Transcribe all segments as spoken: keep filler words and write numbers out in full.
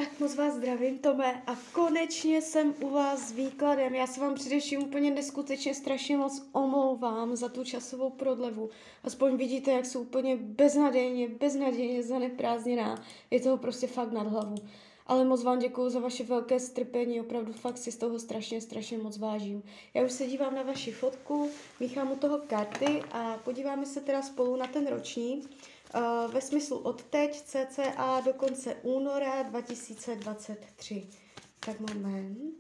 Tak moc vás zdravím, Tome, a konečně jsem u vás s výkladem. Já se vám především úplně neskutečně strašně moc omlouvám za tu časovou prodlevu. Aspoň vidíte, jak jsou úplně beznadějně, beznadějně zaneprázdněná. Je toho prostě fakt nad hlavu. Ale moc vám děkuju za vaše velké strpení, opravdu fakt si z toho strašně, strašně moc vážím. Já už se dívám na vaši fotku, míchám u toho karty a podíváme se teda spolu na ten ročník. Uh, ve smyslu od teď cca do konce února dva tisíce dvacet tři. Tak moment.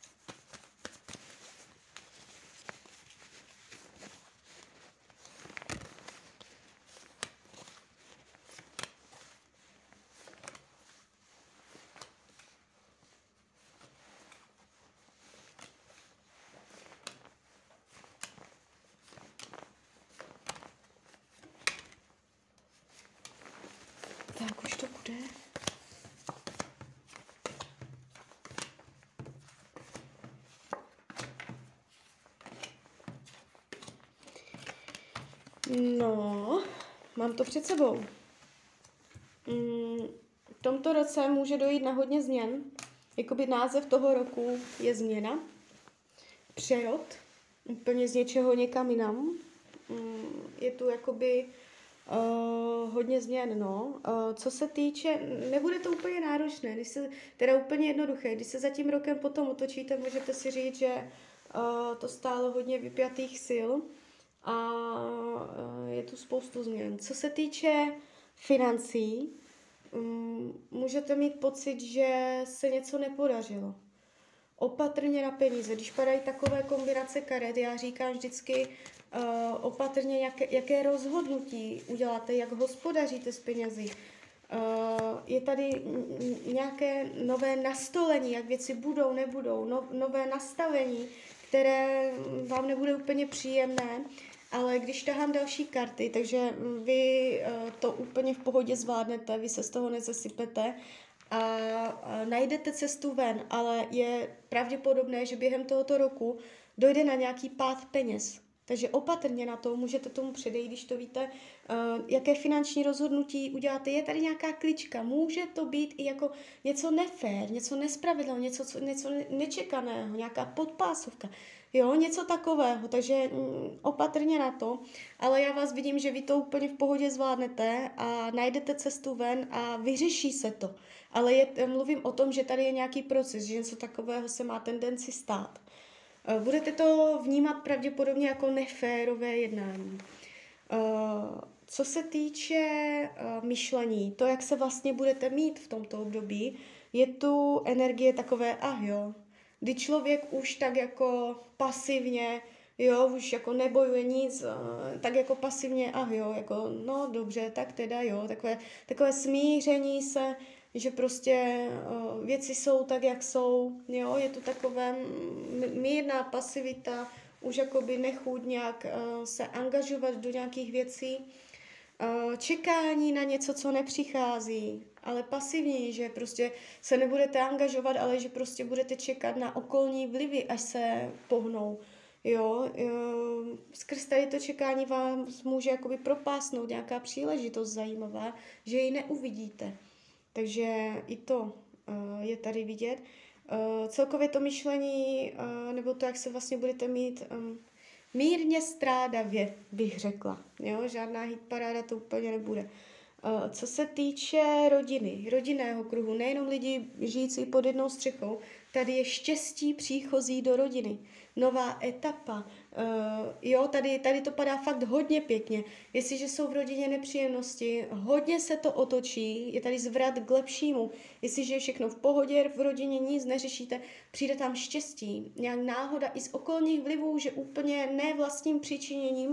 Tak už to bude. No, mám to před sebou. Mm, v tomto roce může dojít na hodně změn. Jakoby název toho roku je změna. Přerod. Úplně z něčeho někam jinam. Mm, je tu jakoby Uh, hodně změn, no. Uh, co se týče, nebude to úplně náročné, když se, teda úplně jednoduché, když se za tím rokem potom otočíte, můžete si říct, že uh, to stálo hodně vypjatých sil a uh, je tu spoustu změn. Co se týče financí, um, můžete mít pocit, že se něco nepodařilo. Opatrně na peníze. Když padají takové kombinace karet, já říkám vždycky uh, opatrně, jaké, jaké rozhodnutí uděláte, jak hospodaříte s penězi. Uh, je tady nějaké nové nastolení, jak věci budou, nebudou, no, nové nastavení, které vám nebude úplně příjemné, ale když tahám další karty, takže vy uh, to úplně v pohodě zvládnete, vy se z toho nezasypete, a najdete cestu ven, ale je pravděpodobné, že během tohoto roku dojde na nějaký pád peněz. Takže opatrně na to, můžete tomu předejít, když to víte, jaké finanční rozhodnutí uděláte. Je tady nějaká klička, může to být i jako něco nefér, něco nespravedlného, něco, co, něco nečekaného, nějaká podpásovka. Jo, něco takového, takže mm, opatrně na to, ale já vás vidím, že vy to úplně v pohodě zvládnete a najdete cestu ven a vyřeší se to. Ale je, mluvím o tom, že tady je nějaký proces, že něco takového se má tendenci stát. Budete to vnímat pravděpodobně jako neférové jednání. Co se týče myšlení, to, jak se vlastně budete mít v tomto období, je tu energie takové, ah jo, kdy člověk už tak jako pasivně, jo, už jako nebojuje nic, tak jako pasivně, ah jo, jako no dobře, tak teda jo, takové, takové smíření se, že prostě uh, věci jsou tak, jak jsou, jo, je to takové mírná pasivita, už jakoby nechuť nějak uh, se angažovat do nějakých věcí, uh, čekání na něco, co nepřichází, ale pasivní, že prostě se nebudete angažovat, ale že prostě budete čekat na okolní vlivy, až se pohnou. Jo, uh, skrz tady to čekání vám může jakoby propásnout nějaká příležitost zajímavá, že ji neuvidíte. Takže i to uh, je tady vidět. Uh, celkově to myšlení, uh, nebo to, jak se vlastně budete mít, um, mírně strádavě, bych řekla. Jo? Žádná hitparáda to úplně nebude. Uh, co se týče rodiny, rodinného kruhu, nejenom lidi žijící pod jednou střechou, tady je štěstí příchozí do rodiny. Nová etapa. Uh, jo, tady, tady to padá fakt hodně pěkně. Jestliže jsou v rodině nepříjemnosti, hodně se to otočí, je tady zvrat k lepšímu. Jestliže je všechno v pohodě, v rodině nic neřešíte, přijde tam štěstí. Nějak náhoda i z okolních vlivů, že úplně ne vlastním přičiněním, uh,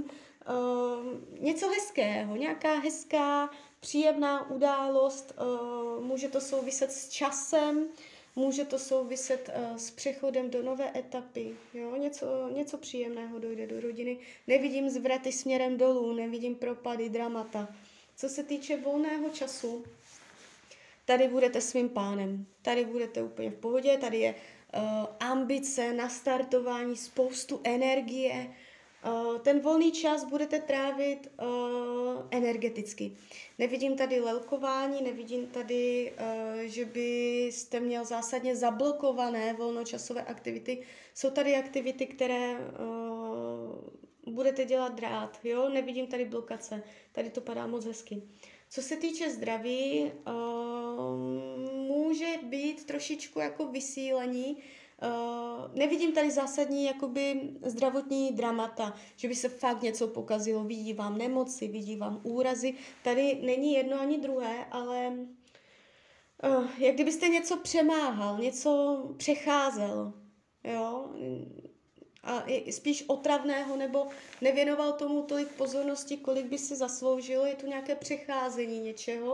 něco hezkého, nějaká hezká, příjemná událost, uh, může to souviset s časem, může to souviset uh, s přechodem do nové etapy, jo? Něco, něco příjemného dojde do rodiny. Nevidím zvraty směrem dolů, nevidím propady, dramata. Co se týče volného času, tady budete svým pánem, tady budete úplně v pohodě, tady je uh, ambice, nastartování, spoustu energie, Uh, ten volný čas budete trávit uh, energeticky. Nevidím tady lelkování, nevidím tady, uh, že byste měl zásadně zablokované volnočasové aktivity. Jsou tady aktivity, které uh, budete dělat rád, jo? Nevidím tady blokace, tady to padá moc hezky. Co se týče zdraví, uh, může být trošičku jako vysílení. Uh, nevidím tady zásadní jakoby zdravotní dramata, že by se fakt něco pokazilo, vidí vám nemoci, vidí vám úrazy, tady není jedno ani druhé, ale uh, jak kdybyste něco přemáhal, něco přecházel, jo, a spíš otravného, nebo nevěnoval tomu tolik pozornosti, kolik by si zasloužilo, je tu nějaké přecházení něčeho,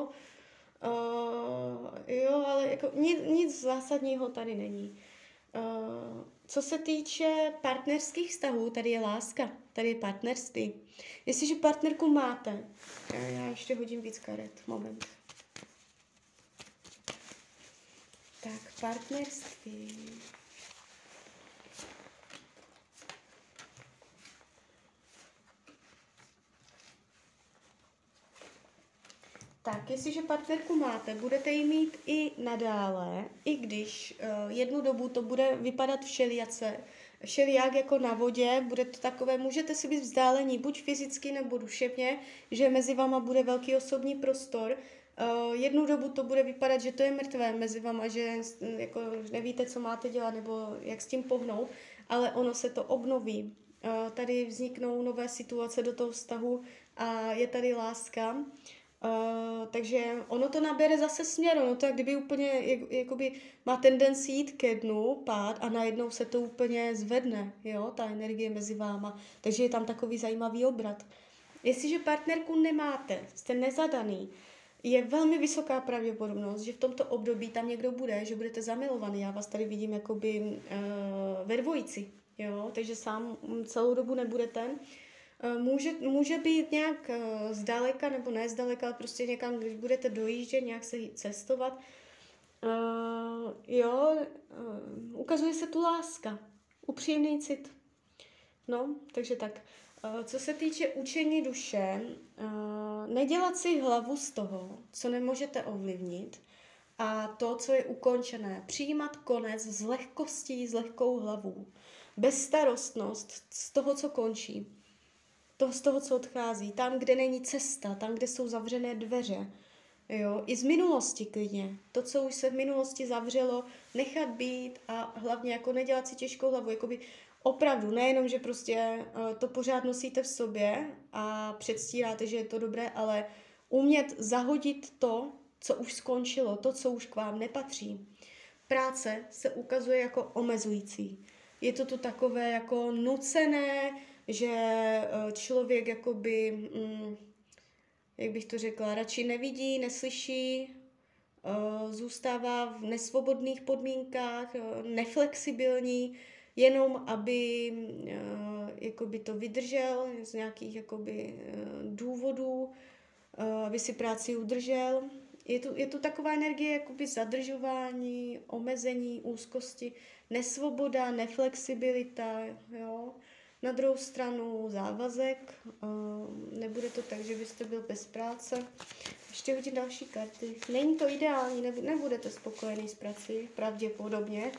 uh, jo, ale jako nic, nic zásadního tady není. Uh, co se týče partnerských vztahů, tady je láska, tady je partnerství. Jestliže partnerku máte, já, já ještě hodím víc karet, moment. Tak, partnerství. Tak, jestliže partnerku máte, budete ji mít i nadále, i když uh, jednu dobu to bude vypadat všelijace, všelijak jako na vodě, bude to takové, můžete si být vzdálení, buď fyzicky nebo duševně, že mezi vama bude velký osobní prostor. Uh, jednu dobu to bude vypadat, že to je mrtvé mezi vama, že jako, nevíte, co máte dělat nebo jak s tím pohnout, ale ono se to obnoví. Uh, tady vzniknou nové situace do toho vztahu a je tady láska. Uh, takže ono to nabere zase směr, ono to jak kdyby úplně, jak, jakoby má tendenci jít ke dnu, pád a najednou se to úplně zvedne, jo, ta energie mezi váma, takže je tam takový zajímavý obrat. Jestliže partnerku nemáte, jste nezadaný, je velmi vysoká pravděpodobnost, že v tomto období tam někdo bude, že budete zamilovaný, já vás tady vidím jakoby uh, ve dvojici, jo, takže sám celou dobu nebudete. Může, může být nějak uh, zdaleka, nebo ne zdaleka, ale prostě někam, když budete dojíždět, nějak se cestovat. Uh, jo, uh, ukazuje se tu láska, upřímný cit. No, takže tak. Uh, co se týče učení duše, uh, nedělat si hlavu z toho, co nemůžete ovlivnit, a to, co je ukončené. Přijímat konec s lehkostí, s lehkou hlavou. Bezstarostnost z toho, co končí. To z toho, co odchází, tam, kde není cesta, tam, kde jsou zavřené dveře, jo, i z minulosti klidně, to, co už se v minulosti zavřelo, nechat být a hlavně jako nedělat si těžkou hlavu, jakoby opravdu, nejenom, že prostě uh, to pořád nosíte v sobě a předstíráte, že je to dobré, ale umět zahodit to, co už skončilo, to, co už k vám nepatří. Práce se ukazuje jako omezující. Je to tu takové jako nucené, že člověk jakoby, mm, jak bych to řekla, radši nevidí, neslyší, zůstává v nesvobodných podmínkách, neflexibilní, jenom aby jakoby to vydržel z nějakých jakoby důvodů, aby si práci udržel. Je tu, je tu taková energie jakoby zadržování, omezení, úzkosti, nesvoboda, neflexibilita, jo. Na druhou stranu závazek, nebude to tak, že byste byl bez práce. Ještě hodím další karty. Není to ideální, nebudete spokojený s prací, pravděpodobně.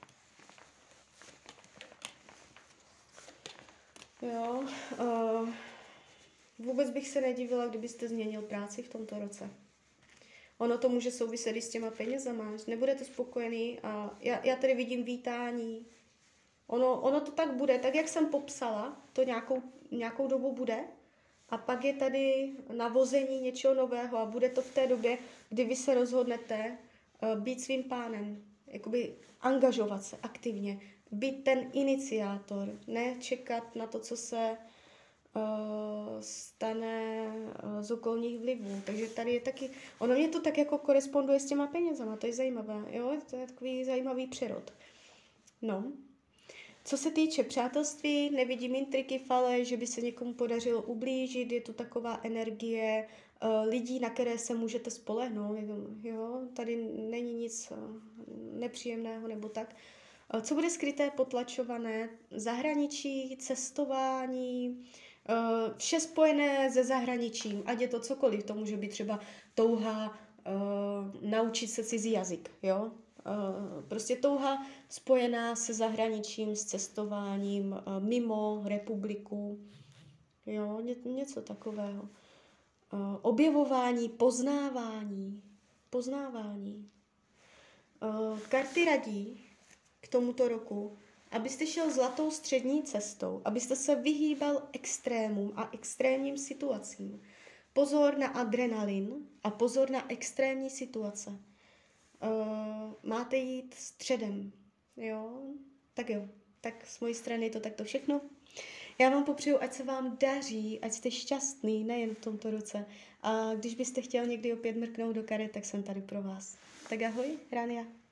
Jo, vůbec bych se nedivila, kdybyste změnil práci v tomto roce. Ono to může souviset i s těma penězama, nebudete spokojený a já, já tady vidím vítání. Ono, ono to tak bude, tak jak jsem popsala, to nějakou, nějakou dobu bude a pak je tady navození něčeho nového a bude to v té době, kdy vy se rozhodnete uh, být svým pánem, jakoby angažovat se aktivně, být ten iniciátor, ne čekat na to, co se uh, stane uh, z okolních vlivů. Takže tady je taky, ono mě to tak jako koresponduje s těma penězama, to je zajímavé, jo, to je takový zajímavý přerod. No. Co se týče přátelství, nevidím intriky, fale, že by se někomu podařilo ublížit, je tu taková energie uh, lidí, na které se můžete spolehnout, jo, tady není nic uh, nepříjemného nebo tak. Uh, co bude skryté, potlačované? Zahraničí, cestování, uh, vše spojené se zahraničím, ať je to cokoliv. To může být třeba touha uh, naučit se cizí jazyk, jo? Uh, prostě touha spojená se zahraničím, s cestováním uh, mimo republiku, jo, ně, něco takového. Uh, objevování, poznávání, poznávání. Uh, karty radí k tomuto roku, abyste šel zlatou střední cestou, abyste se vyhýbal extrémům a extrémním situacím. Pozor na adrenalin a pozor na extrémní situace. Uh, máte jít středem, jo? Tak jo, tak z mojí strany je to takto všechno. Já vám popřeju, ať se vám daří, ať jste šťastný, nejen v tomto roce. A když byste chtěl někdy opět mrknout do karet, tak jsem tady pro vás. Tak ahoj, Rania.